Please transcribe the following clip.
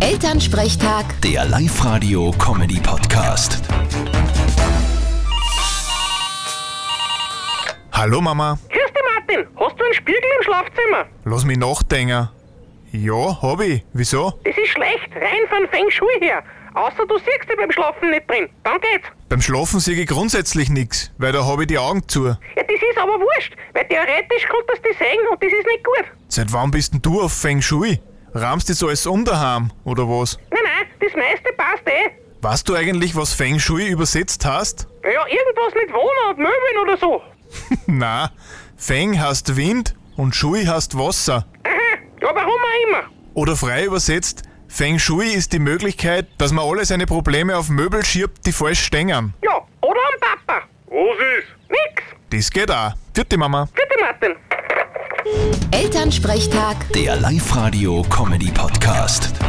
Elternsprechtag, Der Live-Radio-Comedy-Podcast. Hallo Mama, Grüß dich, Martin. Hast du einen Spiegel im Schlafzimmer? lass mich nachdenken. Ja, hab ich. Wieso? Das ist schlecht, rein von Feng Shui her. Außer du siehst dich beim Schlafen nicht drin. Dann geht's. Beim Schlafen sehe ich grundsätzlich nix, weil da hab ich die Augen zu. Ja, das ist aber wurscht, weil theoretisch konntest du das sehen und das ist nicht gut. Seit wann bist denn du auf Feng Shui? Rahmst das alles um daheim, oder was? Nein, das meiste passt eh. Weißt du eigentlich, was Feng Shui übersetzt heißt? Ja, irgendwas mit Wohnen und Möbeln oder so. Na, Feng heißt Wind und Shui heißt Wasser. Aha, ja, warum auch immer. Oder frei übersetzt, Feng Shui ist die Möglichkeit, dass man alle seine Probleme auf Möbel schiebt, die falsch stehen. Ja, oder am Papa. Was ist? Nix. Das geht auch. Vierte Mama. Bitte, Martin. Elternsprechtag. Der Live-Radio-Comedy-Podcast.